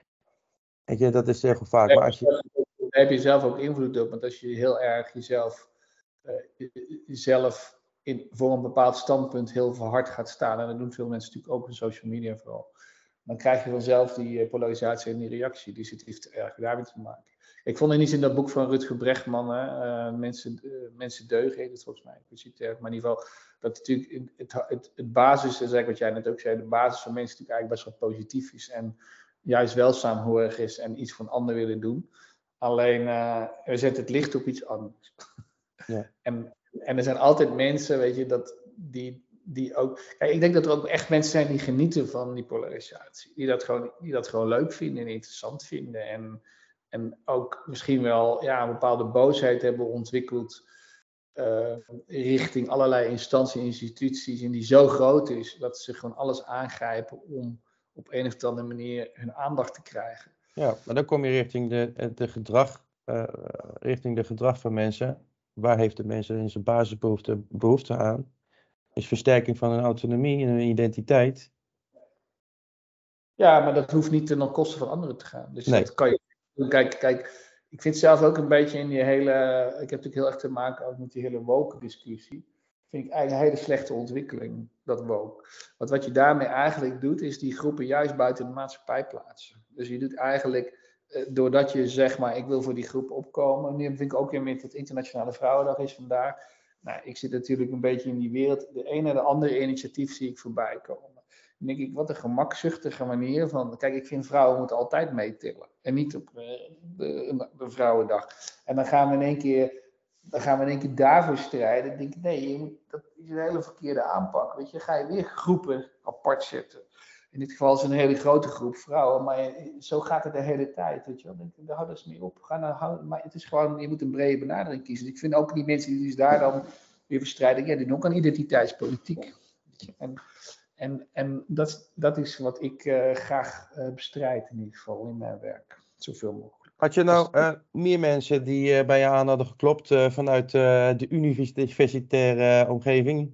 Weet je, dat is heel vaak. Maar als je... Daar heb je zelf ook invloed op, want als je heel erg jezelf, uh, jezelf in, voor een bepaald standpunt heel verhard gaat staan, en dat doen veel mensen natuurlijk ook in social media vooral, dan krijg je vanzelf die polarisatie en die reactie. Dus het heeft erg daarmee te maken. Ik vond in iets in dat boek van Rutger Bregman, uh, mensen, uh, mensen deugen, heet het volgens mij, ik weet het, maar in ieder geval, dat natuurlijk het, het, het basis, dat is eigenlijk wat jij net ook zei, de basis van mensen natuurlijk eigenlijk best wel positief is en juist wel saamhorig is en iets voor een ander willen doen. Alleen, uh, we zetten het licht op iets anders. Ja. en, en er zijn altijd mensen, weet je, dat die... Die ook, kijk, ik denk dat er ook echt mensen zijn die genieten van die polarisatie. Die dat gewoon, die dat gewoon leuk vinden en interessant vinden. En, en ook misschien wel ja, een bepaalde boosheid hebben ontwikkeld uh, richting allerlei instanties en instituties. En die zo groot is dat ze gewoon alles aangrijpen om op een of andere manier hun aandacht te krijgen. Ja, maar dan kom je richting de, de gedrag, uh, richting de gedrag van mensen. Waar heeft de mensen in zijn basisbehoefte behoefte aan? Is versterking van hun autonomie en hun identiteit. Ja, maar dat hoeft niet ten koste van anderen te gaan. Dus nee. dat kan je doen. Kijk, kijk, ik vind zelf ook een beetje in die hele... Ik heb natuurlijk heel erg te maken ook met die hele woke discussie. Vind ik eigenlijk een hele slechte ontwikkeling, dat woke. Want wat je daarmee eigenlijk doet, is die groepen juist buiten de maatschappij plaatsen. Dus je doet eigenlijk, doordat je zegt, maar ik wil voor die groep opkomen. Nu vind ik ook weer met het Internationale Vrouwendag is vandaag. Nou, ik zit natuurlijk een beetje in die wereld. De ene en de andere initiatief zie ik voorbij komen. Dan denk ik, wat een gemakzuchtige manier van... Kijk, ik vind vrouwen moeten altijd meetillen. En niet op uh, de, de Vrouwendag. En dan gaan we in één keer... Dan gaan we in één keer daarvoor strijden. Dan denk ik, nee, je moet, dat is een hele verkeerde aanpak. Weet je, ga je weer groepen apart zetten. In dit geval is het een hele grote groep vrouwen. Maar zo gaat het de hele tijd. Weet je wel. Dan denk ik, daar houden ze mee op. Ga nou, maar het is gewoon, je moet een brede benadering kiezen. Ik vind ook die mensen die dus daar dan weer bestrijden... Ja, die doen ook aan identiteitspolitiek. En... En, en dat, dat is wat ik uh, graag uh, bestrijd in ieder geval in mijn werk. Zoveel mogelijk. Had je nou uh, meer mensen die uh, bij je aan hadden geklopt uh, vanuit uh, de universitaire omgeving?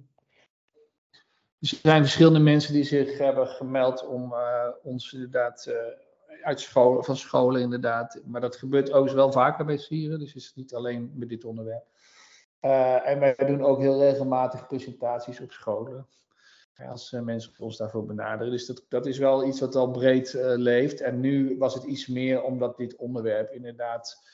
Er zijn verschillende mensen die zich hebben gemeld om uh, ons inderdaad uh, uit scholen, van scholen inderdaad. Maar dat gebeurt ook wel vaker bij Sieren, dus is het niet alleen met dit onderwerp. Uh, en wij doen ook heel regelmatig presentaties op scholen. Als uh, mensen ons daarvoor benaderen. Dus dat, dat is wel iets wat al breed uh, leeft. En nu was het iets meer omdat dit onderwerp inderdaad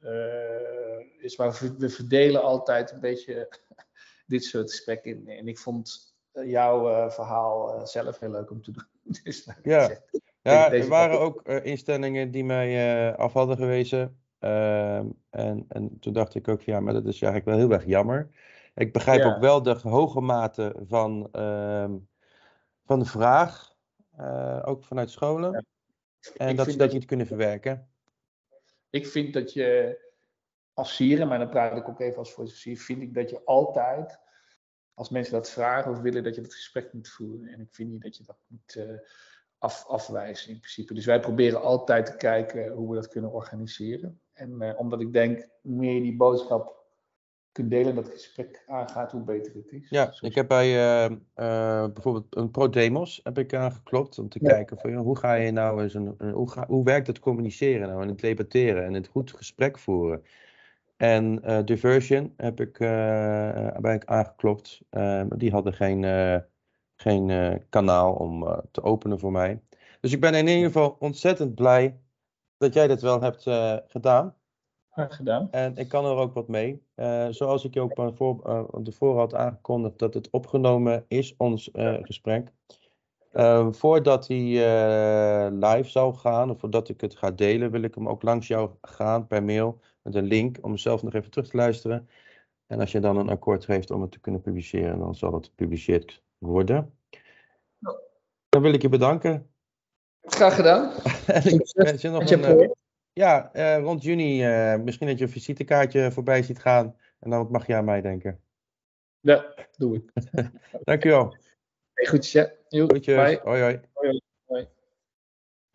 uh, is waar we, we verdelen altijd een beetje dit soort gesprekken in. En ik vond uh, jouw uh, verhaal uh, zelf heel leuk om te doen. Dus, ja. Ja, Deze er waren ook uh, instellingen die mij uh, af hadden gewezen. Uh, en, en toen dacht ik ook, ja, maar dat is eigenlijk wel heel erg jammer. Ik begrijp Ja. ook wel de hoge mate van, uh, van de vraag, uh, ook vanuit scholen. Ja. En Ik dat vind ze dat dat niet je, kunnen verwerken. ik vind dat je als sieren, maar dan praat ik ook even als voorzitter, vind ik dat je altijd, als mensen dat vragen of willen, dat je dat gesprek moet voeren. En ik vind niet dat je dat moet uh, af, afwijzen in principe. Dus wij proberen altijd te kijken hoe we dat kunnen organiseren. En uh, omdat ik denk, hoe meer je die boodschap kunt delen en dat gesprek aangaat, hoe beter het is. Ja, Zo ik heb bij uh, uh, bijvoorbeeld een ProDemos heb ik aangeklopt om te ja. kijken van, hoe ga je nou eens een, een hoe, ga, hoe werkt het communiceren nou en het debatteren en het goed gesprek voeren. En uh, Diversion heb ik, uh, ben ik aangeklopt. Uh, die hadden geen, uh, geen uh, kanaal om uh, te openen voor mij. Dus ik ben in ieder geval ontzettend blij dat jij dat wel hebt uh, gedaan. Graag gedaan. En ik kan er ook wat mee. Uh, zoals ik je ook van voor, uh, tevoren had aangekondigd dat het opgenomen is, ons uh, gesprek. Uh, voordat hij uh, live zou gaan, of voordat ik het ga delen, wil ik hem ook langs jou gaan per mail met een link om zelf nog even terug te luisteren. En als je dan een akkoord geeft om het te kunnen publiceren, dan zal het gepubliceerd worden. Ja. Dan wil ik je bedanken. Graag gedaan. En ik wens je nog een, uh, ja, uh, rond juni uh, misschien dat je een visitekaartje voorbij ziet gaan. En dan mag je aan mij denken. Ja, doe ik. Dankjewel. Hey, goed, ja. Groetjes. Hoi, hoi. hoi, hoi.